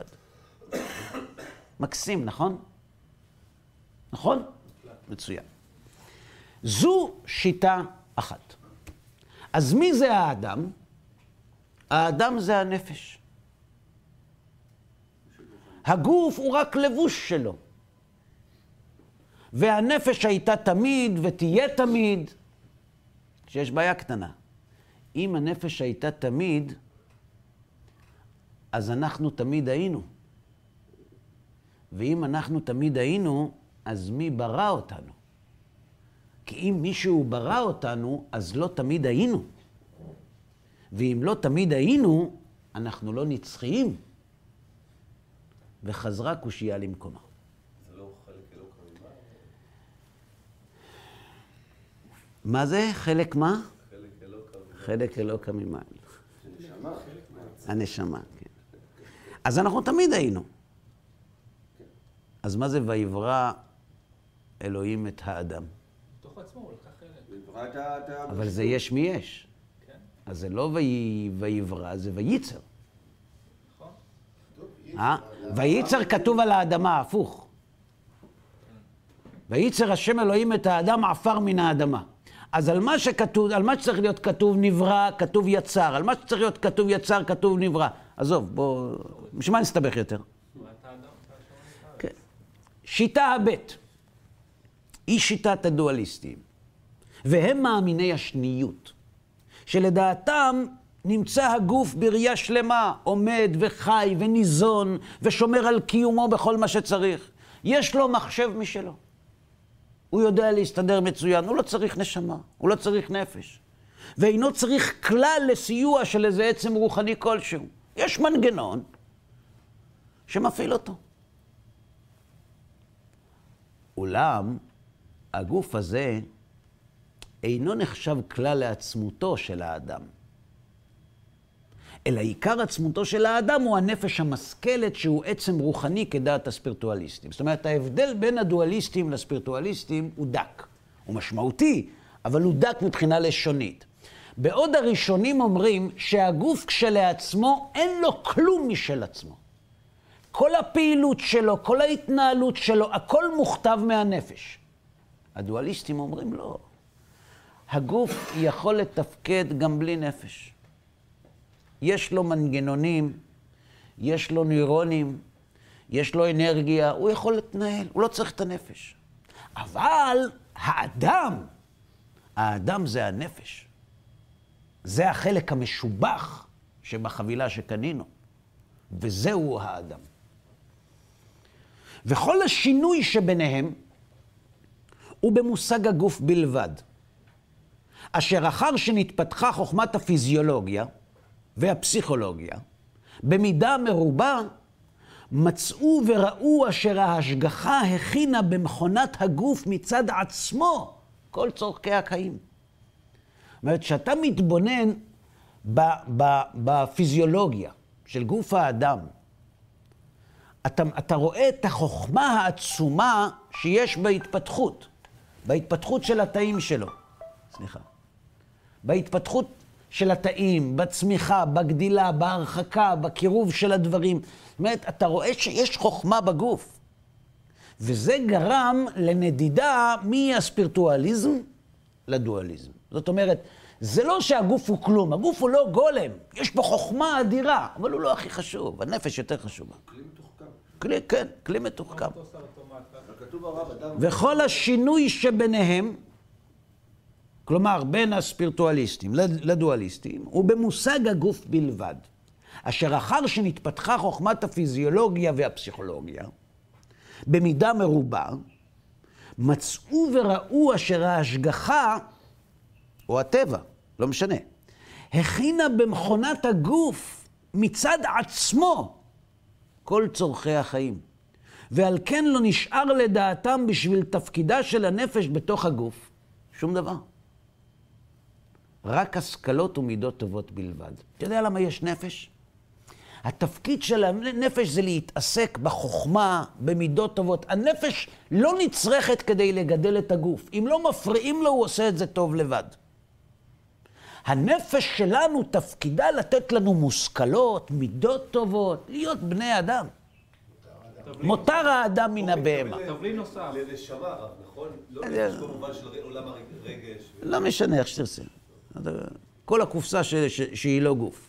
A: מקסים, נכון? נכון? מצוין. זו שיטה אחת. אז מי זה האדם? האדם זה הנפש. הגוף הוא רק לבוש שלו. והנפש הייתה תמיד ותהיה תמיד, שיש בעיה קטנה. אם הנפש הייתה תמיד, אז אנחנו תמיד היינו. ואם אנחנו תמיד היינו, אז מי ברא אותנו? כי אם מישהו ברא אותנו, אז לא תמיד היינו. ואם לא תמיד היינו, אנחנו לא נצחיים, וחזרה קושייה למקומה.
D: זה לא חלק אלוקא ממעל?
A: מה זה? חלק מה?
D: חלק אלוקא ממעל.
A: חלק אלוקא ממעל.
C: נשמה.
A: הנשמה, כן. אז אנחנו תמיד היינו. אז מה זה ויברא אלוהים את האדם?
G: בתוך עצמו הוא לקח חלק.
C: ויברא את ה- את ה-
A: אבל זה יש מי יש.
G: כן,
A: אז זה לא וי- ויברא, זה וייצר.
G: נכון?
E: טוב, יש-
A: אה? וייצר כתוב על האדמה, הפוך. וייצר השם אלוהים את האדם עפר מן האדמה. אז על מה שכתוב, על מה שצריך להיות כתוב נברא, כתוב יצר. על מה שצריך להיות כתוב יצר, כתוב נברא. עזוב, בוא, בשביל מה נסתבך יותר?
G: ואתה אדם, אתה השם
A: כן. שיטה הבית היא שיטת הדואליסטים, והם מאמיני השניות, שלדעתם נמצא הגוף בראייה שלמה, עומד וחי וניזון ושומר על קיומו בכל מה שצריך. יש לו מחשב משלו. הוא יודע להסתדר מצוין, הוא לא צריך נשמה, הוא לא צריך נפש. ואינו צריך כלל לסיוע של איזה עצם רוחני כלשהו. יש מנגנון שמפעיל אותו. אולם, הגוף הזה אינו נחשב כלל לעצמותו של האדם. אלא עיקר עצמותו של האדם הוא הנפש המשכלת שהוא עצם רוחני כדעת הספירטואליסטים. זאת אומרת, ההבדל בין הדואליסטים לספירטואליסטים הוא דק. הוא משמעותי, אבל הוא דק מבחינה לשונית. בעוד הראשונים אומרים שהגוף כשלעצמו אין לו כלום משל עצמו. כל הפעילות שלו, כל ההתנהלות שלו, הכל מוכתב מהנפש. הדואליסטים אומרים לא. הגוף יכול לתפקד גם בלי נפש. יש לו מנגנונים, יש לו נוירונים, יש לו אנרגיה, הוא יכול להתנהל, הוא לא צריך את הנפש. אבל האדם, האדם זה הנפש. זה החלק המשובח שבחבילה שקנינו, וזהו האדם. וכל השינוי שביניהם הוא במושג הגוף בלבד, אשר אחר שנתפתחה חוכמת הפיזיולוגיה והפסיכולוגיה, במידה מרובה מצאו וראו אשר ההשגחה הכינה במכונת הגוף מצד עצמו כל צורכי החיים. זאת אומרת, שאתה מתבונן ב- ב- בפיזיולוגיה של גוף האדם, אתה, אתה רואה את החוכמה העצומה שיש בהתפתחות, בהתפתחות של התאים שלו. סליחה. בהתפתחות של התאים, בצמיחה, בגדילה, בהרחקה, בקירוב של הדברים. זאת אומרת, אתה רואה שיש חוכמה בגוף. וזה גרם לנדידה מהספירטואליזם לדואליזם. זאת אומרת, זה לא שהגוף הוא כלום, הגוף הוא לא גולם. יש בו חוכמה אדירה, אבל הוא לא הכי חשוב, הנפש יותר חשובה.
C: כלי מתוחכם.
A: כלי, כן, כלי מתוחכם.
G: אותו שר אוטומט, ככה.
C: כתוב הרב אדם...
A: וכל השינוי שביניהם, כלומר בין הספירטואליסטים לדואליסטים, הוא במושג הגוף בלבד, אשר אחר שנתפתחה חוכמת הפיזיולוגיה והפסיכולוגיה, במידה מרובה, מצאו וראו אשר ההשגחה, או הטבע, לא משנה, הכינה במכונת הגוף מצד עצמו כל צורכי החיים. ועל כן לא נשאר לדעתם בשביל תפקידה של הנפש בתוך הגוף שום דבר. רק השכלות ומידות טובות בלבד. אתה יודע למה יש נפש? התפקיד של הנפש זה להתעסק בחוכמה, במידות טובות. הנפש לא נצרכת כדי לגדל את הגוף. אם לא מפריעים לו, הוא עושה את זה טוב לבד. הנפש שלנו תפקידה לתת לנו מושכלות, מידות טובות, להיות בני אדם. מותר האדם מן הבהמה.
G: תבלין נוסף.
D: לנשמה רב, נכון? לא נפש במובן של עולם הרגש.
A: לא משנה איך שתרצה. כל הקופסה ש- ש- שהיא לא גוף.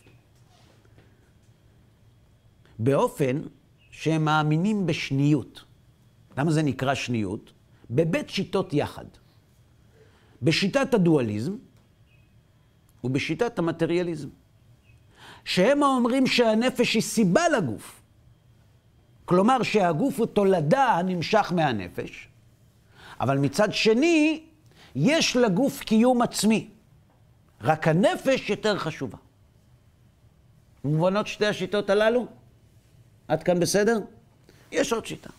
A: באופן שהם מאמינים בשניות. למה זה נקרא שניות? בבית שיטות יחד. בשיטת הדואליזם ובשיטת המטריאליזם. שהם אומרים שהנפש היא סיבה לגוף. כלומר שהגוף הוא תולדה הנמשך מהנפש, אבל מצד שני יש לגוף קיום עצמי. רק הנפש יותר חשובה. מובנות שתי השיטות הללו? עד כאן בסדר? יש עוד שיטה.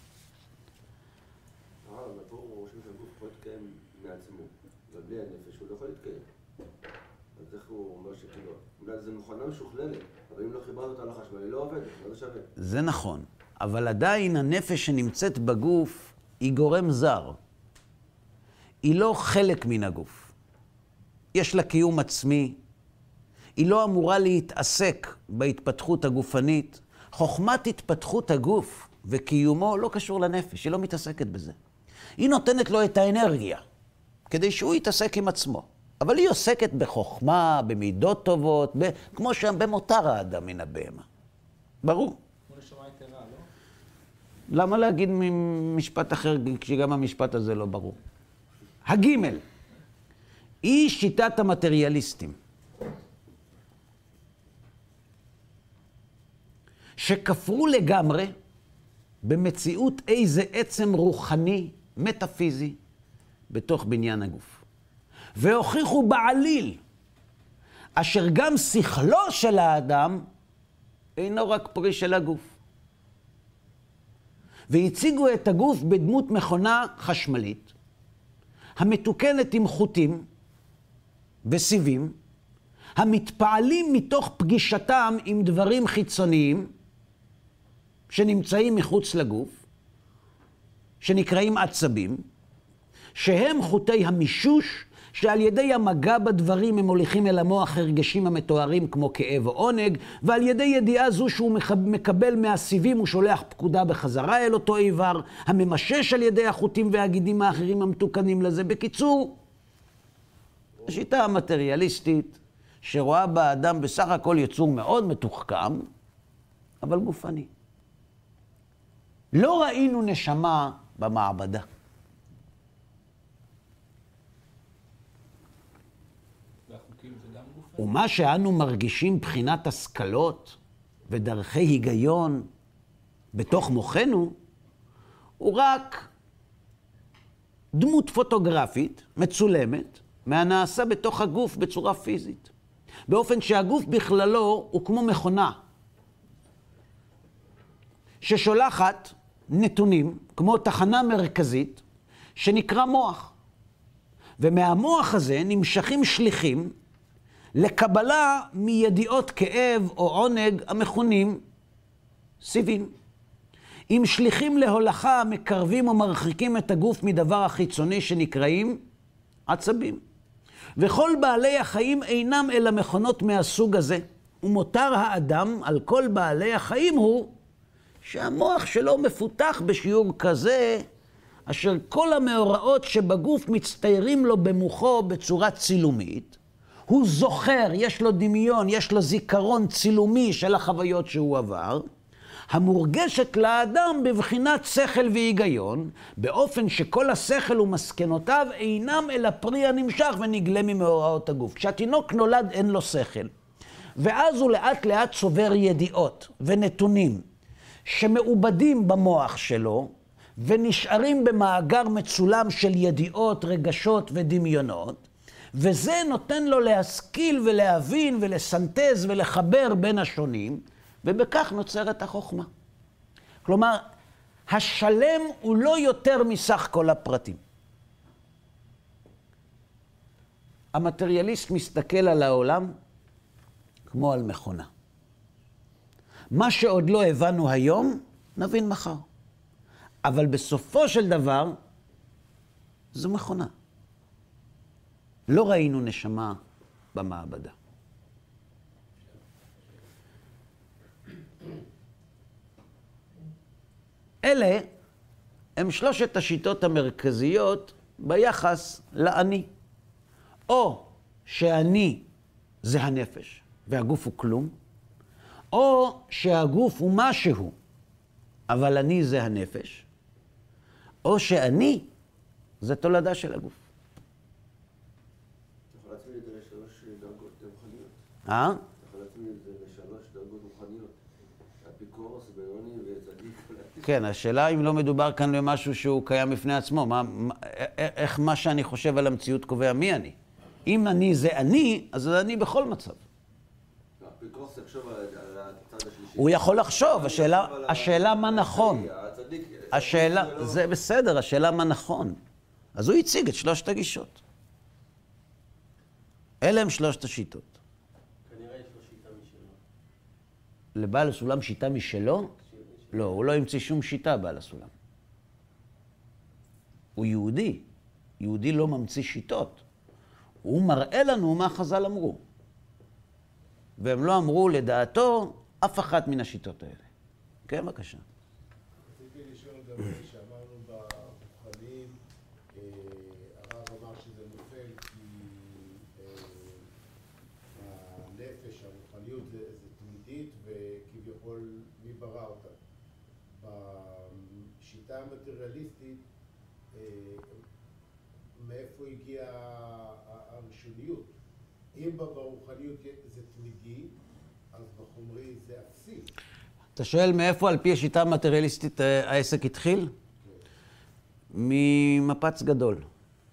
C: אבל פה הוא חושב שהגוף יכול להתקיים מעצמו, ובלי הנפש הוא לא יכול להתקיים. אז איך הוא אומר שכאילו, אולי זה מכונה משוכללת, אבל אם לא חיברת אותה לחשמל, היא לא עובדת, מה זה שווה?
A: זה נכון, אבל עדיין הנפש שנמצאת בגוף היא גורם זר. היא לא חלק מן הגוף. יש לה קיום עצמי. היא לא אמורה להתעסק בהתפתחות הגופנית. חוכמת התפתחות הגוף וקיומו לא קשור לנפש, היא לא מתעסקת בזה. היא נותנת לו את האנרגיה, כדי שהוא יתעסק עם עצמו. אבל היא עוסקת בחוכמה, במידות טובות, ב... כמו שם במותר האדם מן הבהמה. ברור.
G: כמו נשמה יתרה, לא?
A: למה להגיד משפט אחר כשגם המשפט הזה לא ברור? הגימל היא שיטת המטריאליסטים, שכפרו לגמרי במציאות איזה עצם רוחני, מטאפיזי, בתוך בניין הגוף. והוכיחו בעליל, אשר גם שכלו של האדם אינו רק פרי של הגוף. והציגו את הגוף בדמות מכונה חשמלית, המתוקנת עם חוטים וסיבים, המתפעלים מתוך פגישתם עם דברים חיצוניים, שנמצאים מחוץ לגוף, שנקראים עצבים, שהם חוטי המישוש, שעל ידי המגע בדברים הם מוליכים אל המוח הרגשים המתוארים כמו כאב או עונג, ועל ידי ידיעה זו שהוא מקבל מהסיבים הוא שולח פקודה בחזרה אל אותו איבר, הממשש על ידי החוטים והגידים האחרים המתוקנים לזה. בקיצור, השיטה המטריאליסטית שרואה באדם בסך הכל יצור מאוד מתוחכם, אבל גופני. לא ראינו נשמה במעבדה.
G: והחוקים זה גם גופני.
A: ומה שאנו מרגישים בחינת השכלות ודרכי היגיון בתוך מוחנו, הוא רק דמות פוטוגרפית, מצולמת, מהנעשה בתוך הגוף בצורה פיזית. באופן שהגוף בכללו הוא כמו מכונה, ששולחת נתונים, כמו תחנה מרכזית, שנקרא מוח. ומהמוח הזה נמשכים שליחים לקבלה מידיעות כאב או עונג המכונים סיבים. אם שליחים להולכה מקרבים או מרחיקים את הגוף מדבר החיצוני שנקראים עצבים. וכל בעלי החיים אינם אלא מכונות מהסוג הזה. ומותר האדם על כל בעלי החיים הוא שהמוח שלו מפותח בשיעור כזה, אשר כל המאורעות שבגוף מצטיירים לו במוחו בצורה צילומית, הוא זוכר, יש לו דמיון, יש לו זיכרון צילומי של החוויות שהוא עבר, המורגשת לאדם בבחינת שכל והיגיון, באופן שכל השכל ומסקנותיו אינם אלא פרי הנמשך ונגלה ממאורעות הגוף. כשהתינוק נולד אין לו שכל, ואז הוא לאט לאט צובר ידיעות ונתונים שמעובדים במוח שלו, ונשארים במאגר מצולם של ידיעות, רגשות ודמיונות, וזה נותן לו להשכיל ולהבין ולסנטז ולחבר בין השונים, ובכך נוצרת החוכמה. כלומר, השלם הוא לא יותר מסך כל הפרטים. המטריאליסט מסתכל על העולם כמו על מכונה. מה שעוד לא הבנו היום, נבין מחר. אבל בסופו של דבר, זו מכונה. לא ראינו נשמה במעבדה. אלה הם שלושת השיטות המרכזיות ביחס לאני. או שאני זה הנפש, והגוף הוא כלום, או שהגוף הוא משהו, אבל אני זה הנפש, או שאני זה תולדה של הגוף.
C: אתה יכול להצמיד את זה לשלוש דרגות רוחניות.
A: אה?
C: אתה יכול להצמיד את זה לשלוש דרגות רוחניות. אפיקורוס, בינוני וצדיק.
A: כן, השאלה אם לא מדובר כאן במשהו שהוא קיים בפני עצמו. מה, מה, איך מה שאני חושב על המציאות קובע מי אני? אם אני זה אני, אז זה אני בכל מצב.
C: אפיקורוס רוצה לחשוב על הצד השלישי.
A: הוא יכול לחשוב, השאלה מה נכון. השאלה, זה בסדר, השאלה מה נכון. אז הוא הציג את שלושת הגישות. אלה הם שלושת השיטות.
H: כנראה יש לו שיטה משלו.
A: לבעל הסולם שיטה משלו? לא, הוא לא המציא שום שיטה בעל הסולם. הוא יהודי. יהודי לא ממציא שיטות. הוא מראה לנו מה חז"ל אמרו. והם לא אמרו לדעתו אף אחת מן השיטות האלה. כן, בבקשה.
E: רציתי לשאול גם מה שאמרנו ברוחניים, הרב אמר שזה נופל כי הנפש, הרוחניות זה תמידית וכביכול מי ברא אותה. בשיטה המטריאליסטית, מאיפה הגיעה הראשוניות? אם ברוחניות זה תמידי, אז בחומרי זה אפסי.
A: אתה שואל מאיפה על פי השיטה המטריאליסטית העסק התחיל? ממפץ גדול.
E: זאת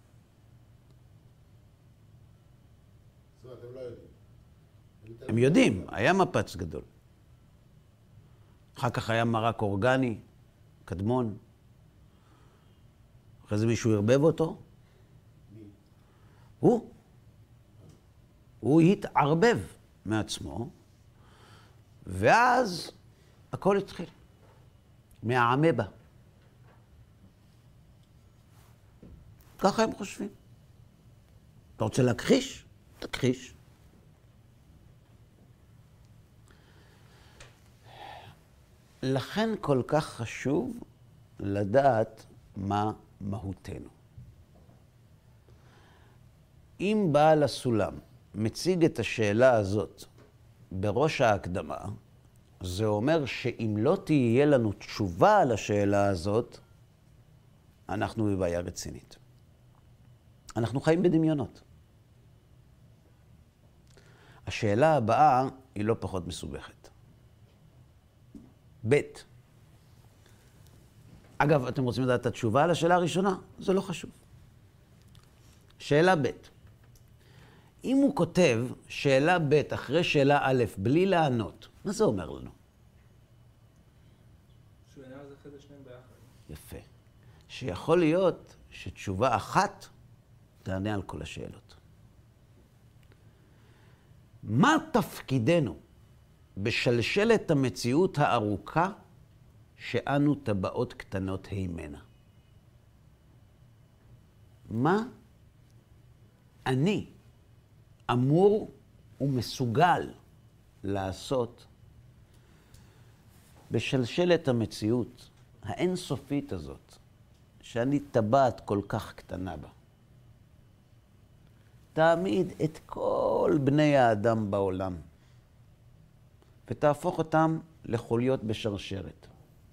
E: אומרת, הם לא יודעים.
A: הם יודעים, היה מפץ גדול. אחר כך היה מרק אורגני, קדמון. אחרי זה מישהו הרבב אותו?
E: מי?
A: הוא. הוא התערבב מעצמו, ואז הכל התחיל. מהאמבה. ככה הם חושבים. אתה רוצה להכחיש? תכחיש. לכן כל כך חשוב לדעת מה מהותנו. אם בעל הסולם מציג את השאלה הזאת בראש ההקדמה, זה אומר שאם לא תהיה לנו תשובה על השאלה הזאת, אנחנו בבעיה רצינית. אנחנו חיים בדמיונות. השאלה הבאה היא לא פחות מסובכת. ב' אגב, אתם רוצים לדעת את התשובה על השאלה הראשונה? זה לא חשוב. שאלה ב' אם הוא כותב שאלה ב' אחרי שאלה א' בלי לענות, מה זה אומר לנו?
G: שהוא יענה על זה אחרי זה שניהם ביחד.
A: יפה. שיכול להיות שתשובה אחת תענה על כל השאלות. מה תפקידנו בשלשלת המציאות הארוכה שאנו טבעות קטנות הימנה? מה אני אמור ומסוגל לעשות בשלשלת המציאות האינסופית הזאת, שאני טבעת כל כך קטנה בה? תעמיד את כל בני האדם בעולם ותהפוך אותם לחוליות בשרשרת.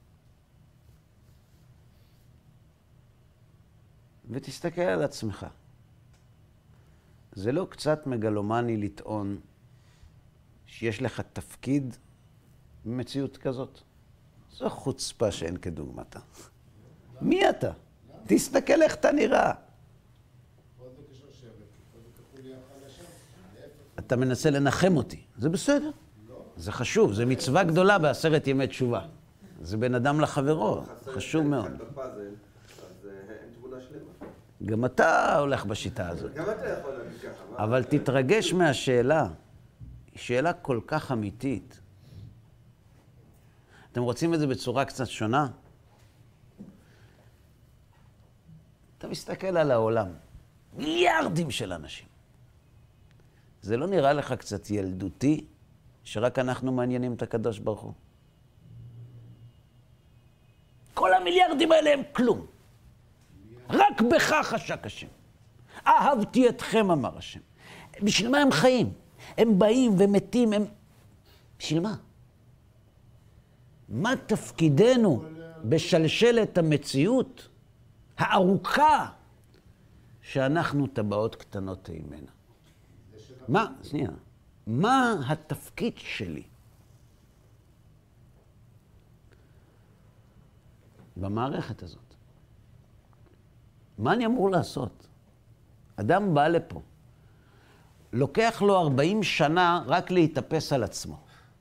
A: ותסתכל על עצמך. זה לא קצת מגלומני לטעון שיש לך תפקיד במציאות כזאת? זו חוצפה שאין כדוגמתה. מי אתה? תסתכל איך אתה נראה. אתה מנסה לנחם אותי. זה בסדר. זה חשוב, זה מצווה גדולה בעשרת ימי תשובה. זה בין אדם לחברו, חשוב מאוד. גם אתה הולך בשיטה הזאת.
C: גם אתה יכול להגיד ככה.
A: אבל תתרגש מהשאלה. היא שאלה כל כך אמיתית. אתם רוצים את זה בצורה קצת שונה? אתה מסתכל על העולם. מיליארדים של אנשים. זה לא נראה לך קצת ילדותי שרק אנחנו מעניינים את הקדוש ברוך הוא? כל המיליארדים האלה הם כלום. רק בך חשק השם. אהבתי אתכם, אמר השם. בשביל מה הם חיים? הם באים ומתים, הם... בשביל מה? מה תפקידנו בשלשלת המציאות הארוכה שאנחנו טבעות קטנות הימנה? מה? שנייה. מה התפקיד שלי במערכת הזאת? מה אני אמור לעשות? אדם בא לפה. לוקח לו ארבעים שנה רק להתאפס על עצמו.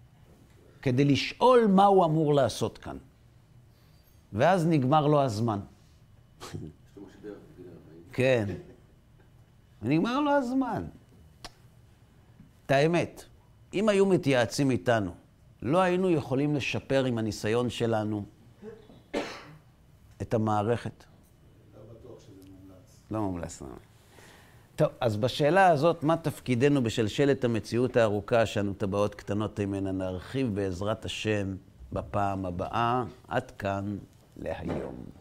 A: כדי לשאול מה הוא אמור לעשות כאן. ואז נגמר לו הזמן.
C: יש לו משבר בגיל ארבעים.
A: כן. ונגמר לו הזמן. את האמת, אם היו מתייעצים איתנו, לא היינו יכולים לשפר עם הניסיון שלנו את המערכת.
E: לא בטוח שזה מומלץ.
A: לא מומלץ. טוב, אז בשאלה הזאת, מה תפקידנו בשלשלת המציאות הארוכה שאנו טבעות קטנות ממנה נרחיב בעזרת השם בפעם הבאה. עד כאן להיום.